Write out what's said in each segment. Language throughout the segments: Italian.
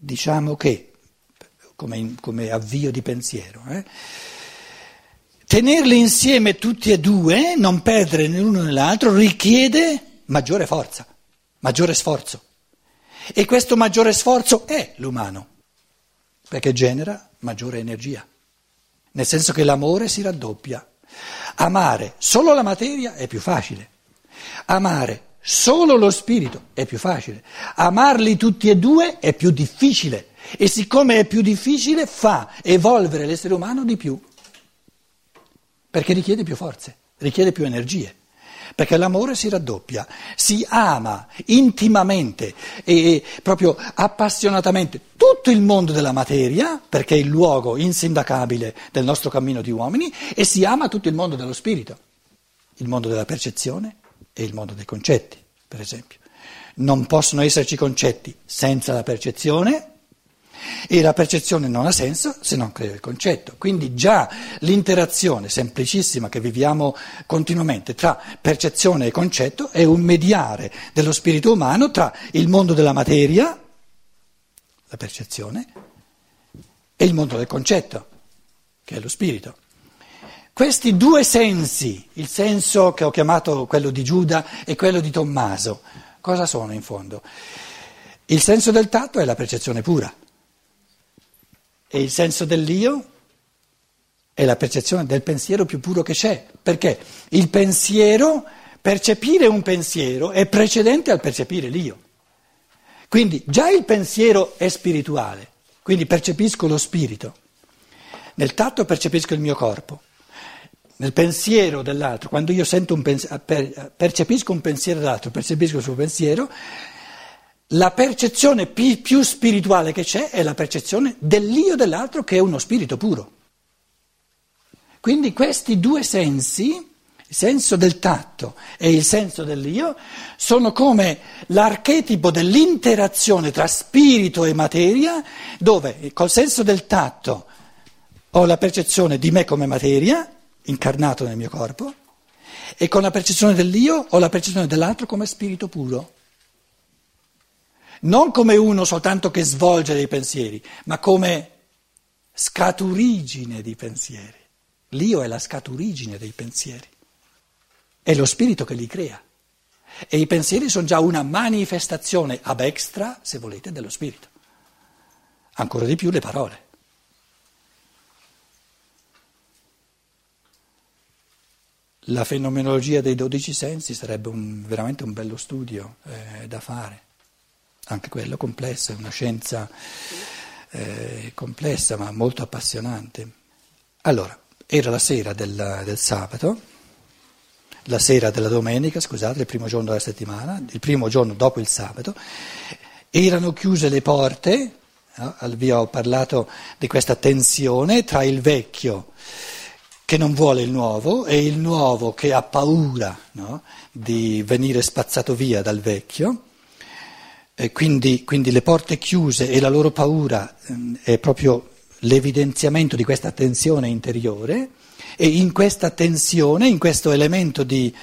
diciamo che, come avvio di pensiero, tenerli insieme tutti e due, non perdere né l'uno né l'altro, richiede maggiore forza, maggiore sforzo. E questo maggiore sforzo è l'umano, perché genera maggiore energia, nel senso che l'amore si raddoppia. Amare solo la materia è più facile, amare solo lo spirito è più facile, amarli tutti e due è più difficile, e siccome è più difficile fa evolvere l'essere umano di più, perché richiede più forze, richiede più energie. Perché l'amore si raddoppia, si ama intimamente e proprio appassionatamente tutto il mondo della materia, perché è il luogo insindacabile del nostro cammino di uomini, e si ama tutto il mondo dello spirito, il mondo della percezione e il mondo dei concetti, per esempio. Non possono esserci concetti senza la percezione, e la percezione non ha senso se non crea il concetto. Quindi già l'interazione semplicissima che viviamo continuamente tra percezione e concetto è un mediare dello spirito umano tra il mondo della materia, la percezione, e il mondo del concetto, che è lo spirito. Questi due sensi, il senso che ho chiamato quello di Giuda e quello di Tommaso, cosa sono in fondo? Il senso del tatto è la percezione pura. E il senso dell'io è la percezione del pensiero più puro che c'è, perché il pensiero, percepire un pensiero è precedente al percepire l'io. Quindi già il pensiero è spirituale, quindi percepisco lo spirito. Nel tatto percepisco il mio corpo. Nel pensiero dell'altro, quando io sento percepisco un pensiero dell'altro, percepisco il suo pensiero, la percezione più spirituale che c'è è la percezione dell'io dell'altro, che è uno spirito puro. Quindi questi due sensi, il senso del tatto e il senso dell'io, sono come l'archetipo dell'interazione tra spirito e materia, dove col senso del tatto ho la percezione di me come materia, incarnato nel mio corpo, e con la percezione dell'io ho la percezione dell'altro come spirito puro. Non come uno soltanto che svolge dei pensieri, ma come scaturigine di pensieri. L'io è la scaturigine dei pensieri, è lo spirito che li crea. E i pensieri sono già una manifestazione ab extra, se volete, dello spirito. Ancora di più le parole. La fenomenologia dei 12 sensi sarebbe veramente un bello studio da fare. Anche quello complesso, è una scienza complessa ma molto appassionante. Allora, era la sera del sabato, la sera della domenica, scusate, il primo giorno della settimana, il primo giorno dopo il sabato, erano chiuse le porte, no? Vi ho parlato di questa tensione tra il vecchio che non vuole il nuovo e il nuovo che ha paura, no? Di venire spazzato via dal vecchio. E quindi le porte chiuse e la loro paura è proprio l'evidenziamento di questa tensione interiore, e in questa tensione, in questo elemento di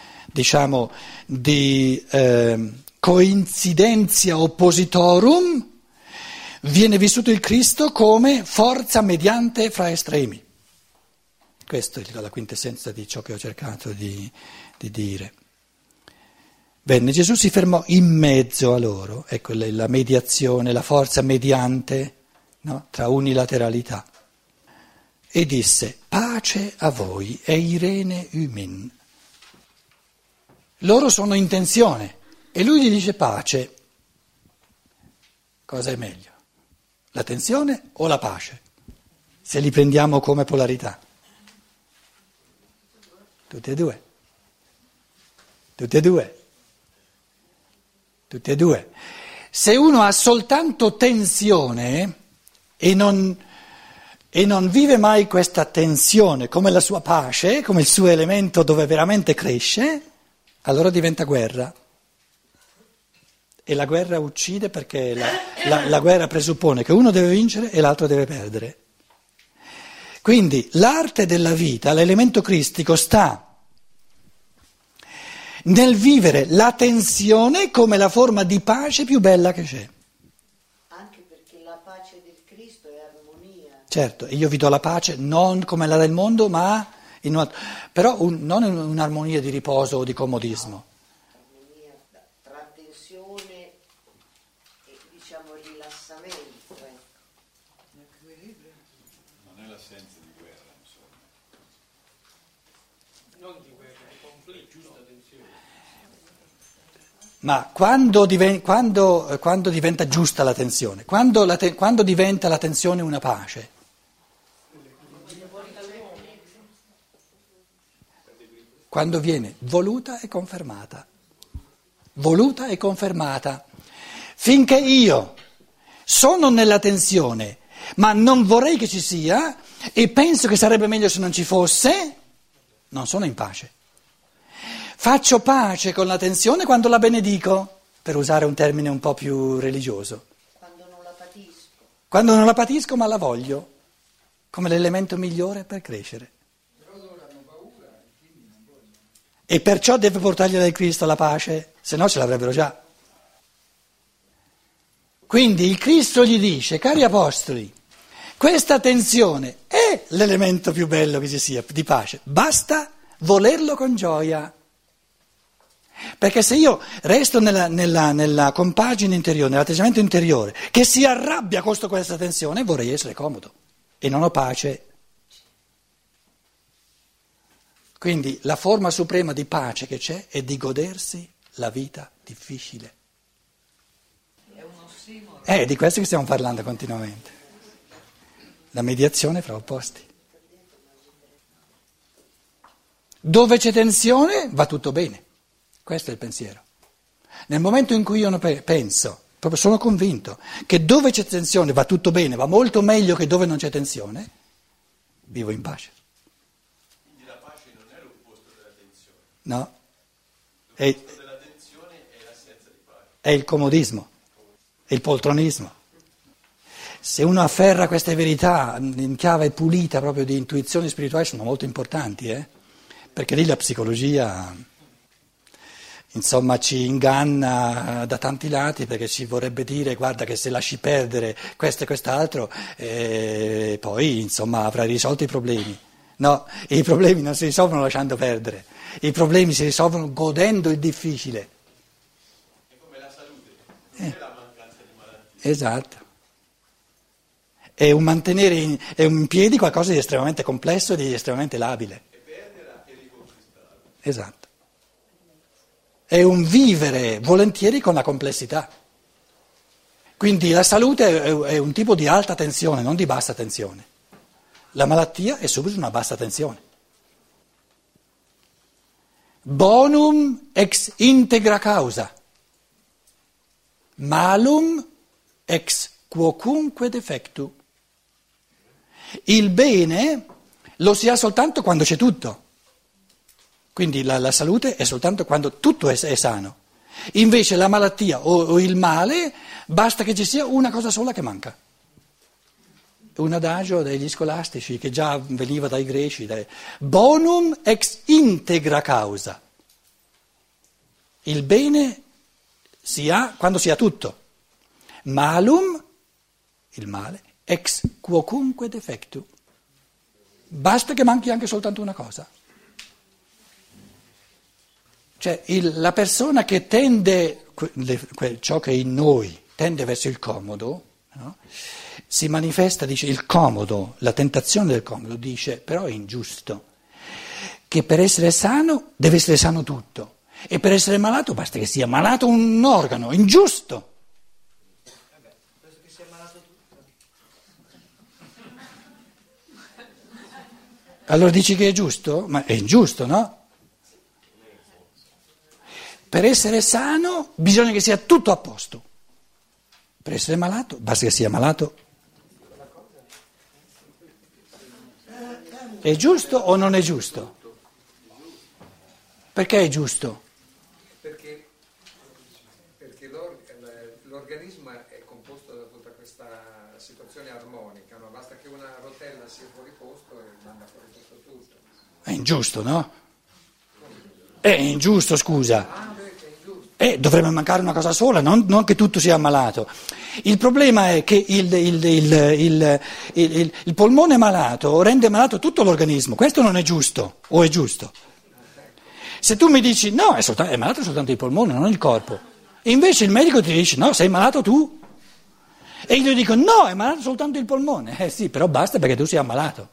coincidentia oppositorum, viene vissuto il Cristo come forza mediante fra estremi. Questa è la quintessenza di ciò che ho cercato di dire. Bene, Gesù si fermò in mezzo a loro, ecco la mediazione, la forza mediante, no, tra unilateralità, e disse: pace a voi, eirene umin. Loro sono in tensione e lui gli dice pace. Cosa è meglio? La tensione o la pace? Se li prendiamo come polarità. Tutti e due. Tutti e due. Tutti e due. Se uno ha soltanto tensione e non vive mai questa tensione come la sua pace, come il suo elemento dove veramente cresce, allora diventa guerra. E la guerra uccide, perché la guerra presuppone che uno deve vincere e l'altro deve perdere. Quindi l'arte della vita, l'elemento cristico, sta nel vivere la tensione come la forma di pace più bella che c'è. Anche perché Certo, io vi do la pace non come la del mondo, ma però non in un'armonia di riposo o di comodismo. Armonia tra tensione e diciamo rilassamento. Non è l'assenza di guerra, insomma. Non di guerra, di conflitto, giusta tensione. Ma quando diventa giusta la tensione? Quando diventa la tensione una pace? Quando viene voluta e confermata. Voluta e confermata. Finché io sono nella tensione, ma non vorrei che ci sia e penso che sarebbe meglio se non ci fosse, non sono in pace. Faccio pace con la tensione quando la benedico, per usare un termine un po' più religioso. Quando non la patisco. Quando non la patisco ma la voglio, come l'elemento migliore per crescere. E perciò deve portargliela il Cristo la pace, se no ce l'avrebbero già. Quindi il Cristo gli dice, cari apostoli, questa tensione è l'elemento più bello che ci sia di pace, basta volerlo con gioia. Perché se io resto nella compagine interiore, nell'atteggiamento interiore, che si arrabbia contro questa tensione, vorrei essere comodo e non ho pace. Quindi la forma suprema di pace che c'è è di godersi la vita difficile. È un ossimoro. È di questo che stiamo parlando continuamente. La mediazione fra opposti. Dove c'è tensione va tutto bene. Questo è il pensiero. Nel momento in cui io penso, proprio sono convinto, che dove c'è tensione va tutto bene, va molto meglio che dove non c'è tensione, vivo in pace. No, è il comodismo, è il poltronismo. Se uno afferra queste verità in chiave pulita proprio di intuizioni spirituali sono molto importanti, perché lì la psicologia insomma ci inganna da tanti lati perché ci vorrebbe dire guarda che se lasci perdere questo e quest'altro poi insomma avrai risolto i problemi. No, i problemi non si risolvono lasciando perdere. I problemi si risolvono godendo il difficile. È come la salute, non è la mancanza di malattia. Esatto. È un mantenere in piedi qualcosa di estremamente complesso e di estremamente labile. E perderla e riconquistarla. Esatto. È un vivere volentieri con la complessità. Quindi la salute è un tipo di alta tensione, non di bassa tensione. La malattia è subito una bassa tensione. Bonum ex integra causa, malum ex quocunque defectu. Il bene lo si ha soltanto quando c'è tutto, quindi la salute è soltanto quando tutto è sano. Invece la malattia o il male basta che ci sia una cosa sola che manca. Un adagio degli scolastici che già veniva dai greci, bonum ex integra causa. Il bene si ha quando si ha tutto, malum, il male, ex quocunque defectu. Basta che manchi anche soltanto una cosa. Cioè la persona che tende, ciò che è in noi, tende verso il comodo, no? Si manifesta, dice, il comodo, la tentazione del comodo, dice, però è ingiusto, che per essere sano deve essere sano tutto, e per essere malato basta che sia malato un organo, ingiusto. Penso che sia malato tutto. Allora dici che è giusto? Ma è ingiusto, no? Per essere sano bisogna che sia tutto a posto, per essere malato basta che sia malato. È giusto o non è giusto? Perché è giusto? Perché l'organismo è composto da tutta questa situazione armonica, no? Basta che una rotella sia fuori posto e manda fuori tutto. È ingiusto, no? È ingiusto, scusa. Ah, beh, è ingiusto. Dovrebbe mancare una cosa sola, non che tutto sia ammalato. Il problema è che il polmone malato rende malato tutto l'organismo. Questo non è giusto, o è giusto? Se tu mi dici no, è malato soltanto il polmone, non il corpo. Invece il medico ti dice no, sei malato tu. E io dico no, è malato soltanto il polmone. Sì, però basta perché tu sei ammalato.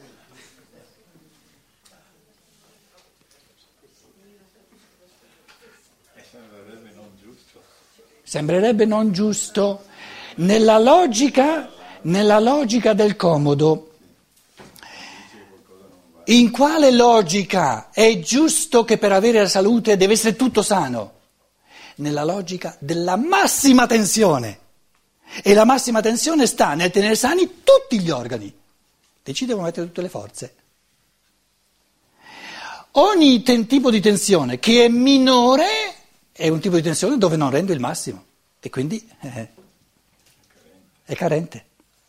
Sembrerebbe non giusto. Nella logica del comodo, in quale logica è giusto che per avere la salute deve essere tutto sano? Nella logica della massima tensione. E la massima tensione sta nel tenere sani tutti gli organi. Decide come mettere tutte le forze. Ogni tipo di tensione che è minore è un tipo di tensione dove non rendo il massimo e quindi è carente.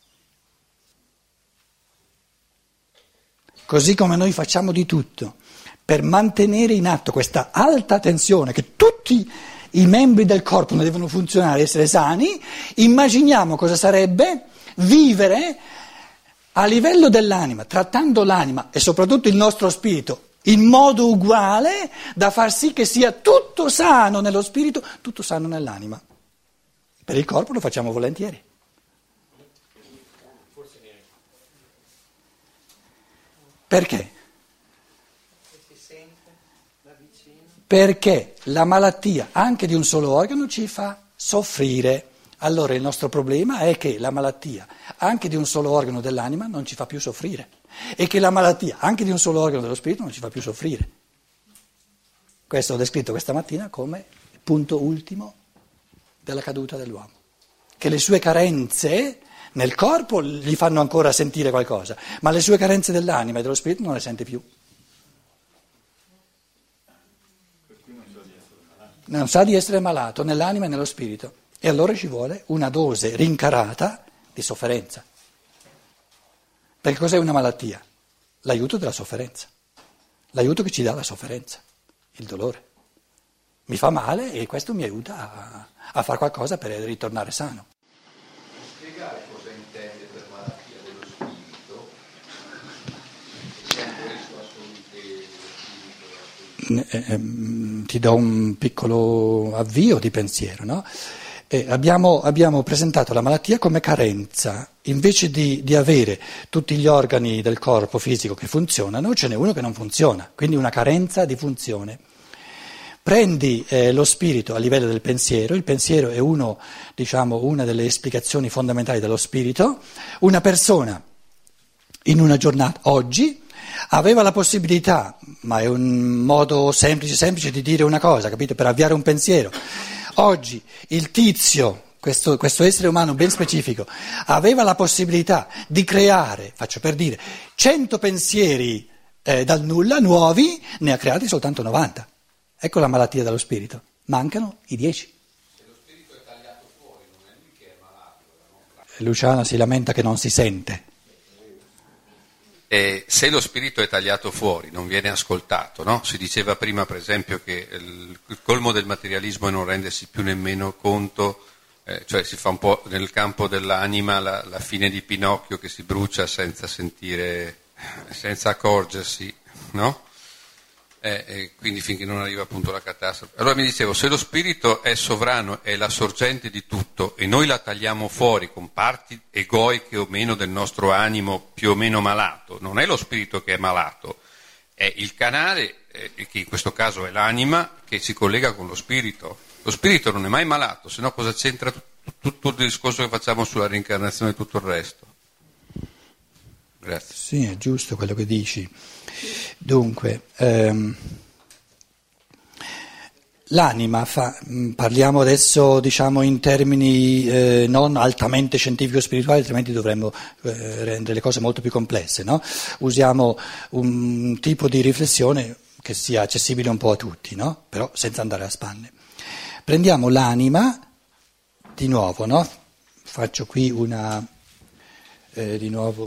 Così come noi facciamo di tutto per mantenere in atto questa alta tensione che tutti i membri del corpo non devono funzionare, essere sani, immaginiamo cosa sarebbe vivere a livello dell'anima, trattando l'anima e soprattutto il nostro spirito in modo uguale da far sì che sia tutto sano nello spirito, tutto sano nell'anima. Per il corpo lo facciamo volentieri. Perché? Perché la malattia anche di un solo organo ci fa soffrire. Allora il nostro problema è che la malattia anche di un solo organo dell'anima non ci fa più soffrire e che la malattia anche di un solo organo dello spirito non ci fa più soffrire. Questo ho descritto questa mattina come il punto ultimo della caduta dell'uomo, che le sue carenze nel corpo gli fanno ancora sentire qualcosa, ma le sue carenze dell'anima e dello spirito non le sente più. Non sa di essere malato nell'anima e nello spirito e allora ci vuole una dose rincarata di sofferenza. Perché cos'è una malattia? L'aiuto della sofferenza, l'aiuto che ci dà la sofferenza, il dolore. Mi fa male e questo mi aiuta a fare qualcosa per ritornare sano. Spiegare cosa intende per malattia dello spirito? Questo assolutamente Ti do un piccolo avvio di pensiero, no? Abbiamo presentato la malattia come carenza, invece di avere tutti gli organi del corpo fisico che funzionano, ce n'è uno che non funziona, quindi una carenza di funzione. Prendi lo spirito a livello del pensiero, il pensiero è una delle esplicazioni fondamentali dello spirito. Una persona in una giornata, oggi, aveva la possibilità, ma è un modo semplice di dire una cosa, capito? Per avviare un pensiero. Oggi il tizio, questo essere umano ben specifico, aveva la possibilità di creare, faccio per dire, 100 pensieri dal nulla, nuovi, ne ha creati soltanto 90. Ecco la malattia dello spirito, mancano i 10. Se lo spirito è tagliato fuori, non è lui che è malato. Luciana si lamenta che non si sente. Se lo spirito è tagliato fuori, non viene ascoltato, no? Si diceva prima, per esempio, che il colmo del materialismo è non rendersi più nemmeno conto, cioè si fa un po' nel campo dell'anima la fine di Pinocchio che si brucia senza sentire, senza accorgersi, no? Quindi finché non arriva appunto la catastrofe. Allora mi dicevo, se lo spirito è sovrano, è la sorgente di tutto e noi la tagliamo fuori con parti egoiche o meno del nostro animo più o meno malato, non è lo spirito che è malato, è il canale, che in questo caso è l'anima, che si collega con lo spirito. Lo spirito non è mai malato, se no cosa c'entra tutto il discorso che facciamo sulla reincarnazione e tutto il resto? Grazie. Sì, è giusto quello che dici. Dunque, l'anima parliamo adesso in termini non altamente scientifico-spirituali, altrimenti dovremmo rendere le cose molto più complesse, no? Usiamo un tipo di riflessione che sia accessibile un po' a tutti, no? Però senza andare a spanne. Prendiamo l'anima, di nuovo, no? Faccio qui uno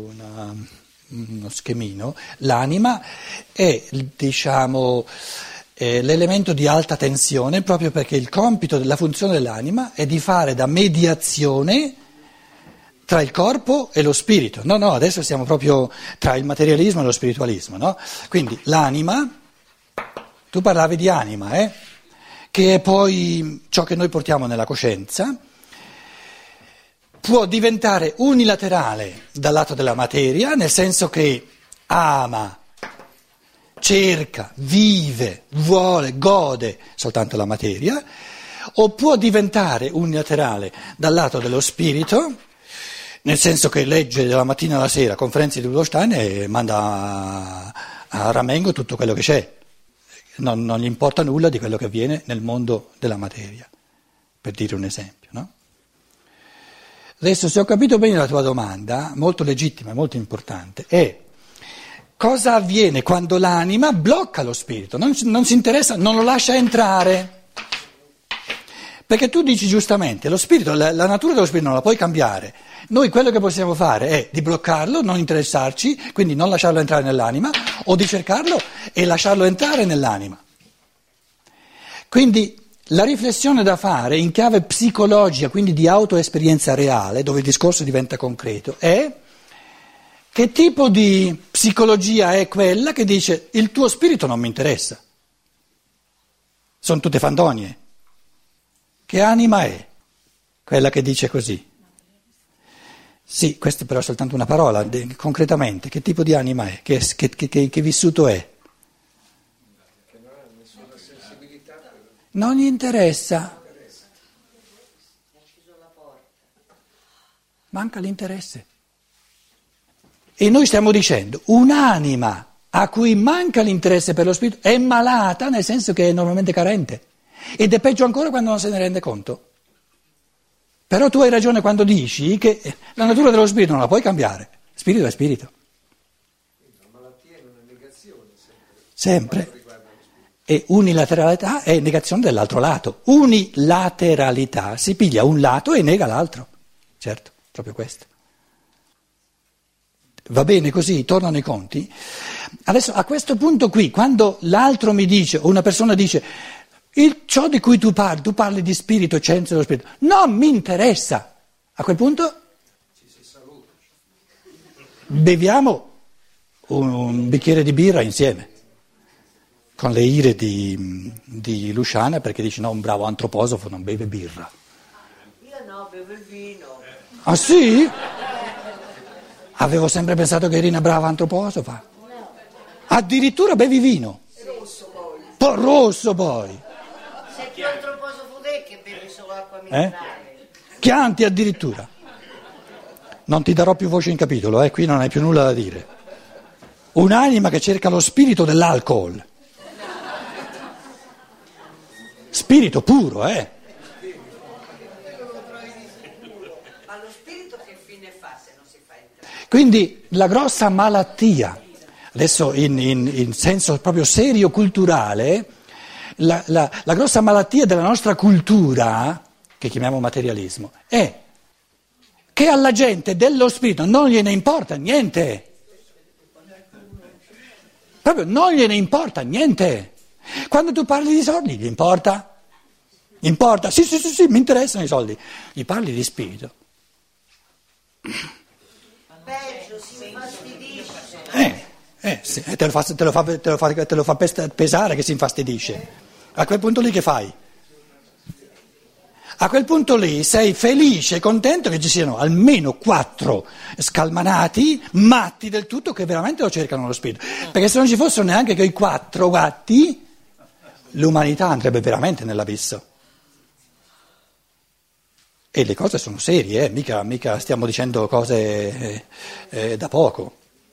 schemino. L'anima è l'elemento di alta tensione, proprio perché il compito della funzione dell'anima è di fare da mediazione tra il corpo e lo spirito. No, adesso siamo proprio tra il materialismo e lo spiritualismo, no? Quindi l'anima, tu parlavi di anima, che è poi ciò che noi portiamo nella coscienza, può diventare unilaterale dal lato della materia, nel senso che ama, cerca, vive, vuole, gode soltanto la materia, o può diventare unilaterale dal lato dello spirito, nel senso che legge dalla mattina alla sera conferenze di Rudolf Steiner e manda a ramengo tutto quello che c'è, non gli importa nulla di quello che avviene nel mondo della materia, per dire un esempio, no? Adesso, se ho capito bene la tua domanda, molto legittima e molto importante, è: cosa avviene quando l'anima blocca lo spirito, non si interessa, non lo lascia entrare? Perché tu dici giustamente, lo spirito, la natura dello spirito non la puoi cambiare. Noi quello che possiamo fare è di bloccarlo, non interessarci, quindi non lasciarlo entrare nell'anima, o di cercarlo e lasciarlo entrare nell'anima. Quindi la riflessione da fare in chiave psicologica, quindi di autoesperienza reale, dove il discorso diventa concreto, è: che tipo di psicologia è quella che dice il tuo spirito non mi interessa? Sono tutte fandonie. Che anima è quella che dice così? Sì, questa però è soltanto una parola, concretamente, che tipo di anima è? Che vissuto è? Che non ha nessuna sensibilità. Non gli interessa. Manca l'interesse. E noi stiamo dicendo, un'anima a cui manca l'interesse per lo spirito è malata, nel senso che è normalmente carente. Ed è peggio ancora quando non se ne rende conto. Però tu hai ragione quando dici che la natura dello spirito non la puoi cambiare. Spirito è spirito. La malattia è una negazione Sempre. E unilateralità è negazione dell'altro lato. Unilateralità, si piglia un lato e nega l'altro. Certo, proprio questo. Va bene così, tornano i conti. Adesso a questo punto qui, quando l'altro mi dice, o una persona dice, ciò di cui tu parli di spirito, scienza dello spirito, non mi interessa. A quel punto beviamo un bicchiere di birra insieme, con le ire di Luciana, perché dice no, un bravo antroposofo non beve birra. Io no, bevo il vino. Ah sì? Avevo sempre pensato che eri una brava antroposofa. No. Addirittura bevi vino. Rosso poi. Rosso poi. Sei più antroposofo te che bevi solo acqua minerale. Chianti addirittura. Non ti darò più voce in capitolo, qui non hai più nulla da dire. Un'anima che cerca lo spirito dell'alcol. Spirito puro, Ma lo spirito che fine fa se non si fa entrare? Quindi la grossa malattia, adesso in senso proprio serio culturale, la grossa malattia della nostra cultura, che chiamiamo materialismo, è che alla gente dello spirito non gliene importa niente. Proprio non gliene importa niente. Quando tu parli di soldi, gli importa? Importa? Sì, mi interessano i soldi. Gli parli di spirito. Peggio, si infastidisce. Sì, te lo fa pesare che si infastidisce. A quel punto lì che fai? A quel punto lì sei felice e contento che ci siano almeno 4 scalmanati, matti del tutto, che veramente lo cercano lo spirito. Perché se non ci fossero neanche quei 4 gatti, l'umanità andrebbe veramente nell'abisso. E le cose sono serie, mica stiamo dicendo cose da poco.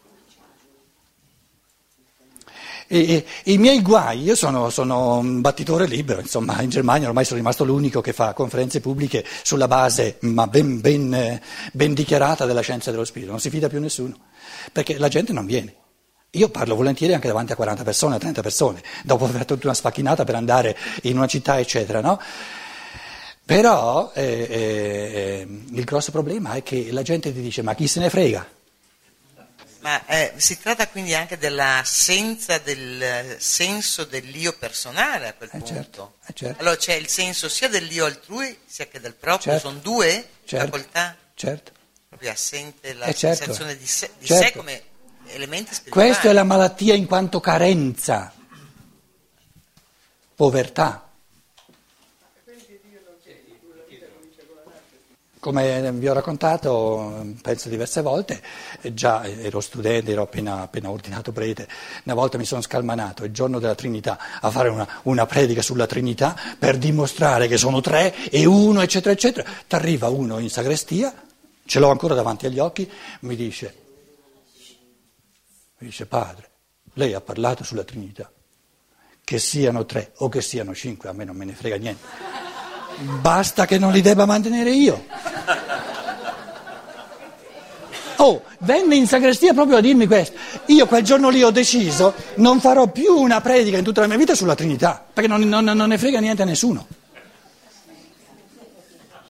E i miei guai, io sono un battitore libero, insomma, in Germania ormai sono rimasto l'unico che fa conferenze pubbliche sulla base, ma ben dichiarata, della scienza dello spirito, non si fida più nessuno, perché la gente non viene. Io parlo volentieri anche davanti a 40 persone, a 30 persone, dopo aver fatto tutta una sfacchinata per andare in una città, eccetera, no? Però il grosso problema è che la gente ti dice, ma chi se ne frega? Ma si tratta quindi anche dell'assenza del senso dell'io personale a quel punto. Certo. Allora c'è il senso sia dell'io altrui sia che del proprio, Certo. sono due Certo. facoltà. Certo. Proprio assente la Certo. sensazione di sé Certo. come elementi spirituali. Questa è la malattia in quanto carenza, povertà. Come vi ho raccontato, penso diverse volte, già ero studente, ero appena ordinato prete, una volta mi sono scalmanato il giorno della Trinità a fare una predica sulla Trinità per dimostrare che sono tre e uno, eccetera, eccetera. T'arriva uno in sagrestia, ce l'ho ancora davanti agli occhi, mi dice, padre, lei ha parlato sulla Trinità, che siano 3 o che siano 5, a me non me ne frega niente. Basta che non li debba mantenere io. Venne in sagrestia proprio a dirmi questo. Io quel giorno lì ho deciso, non farò più una predica in tutta la mia vita sulla Trinità, perché non ne frega niente a nessuno.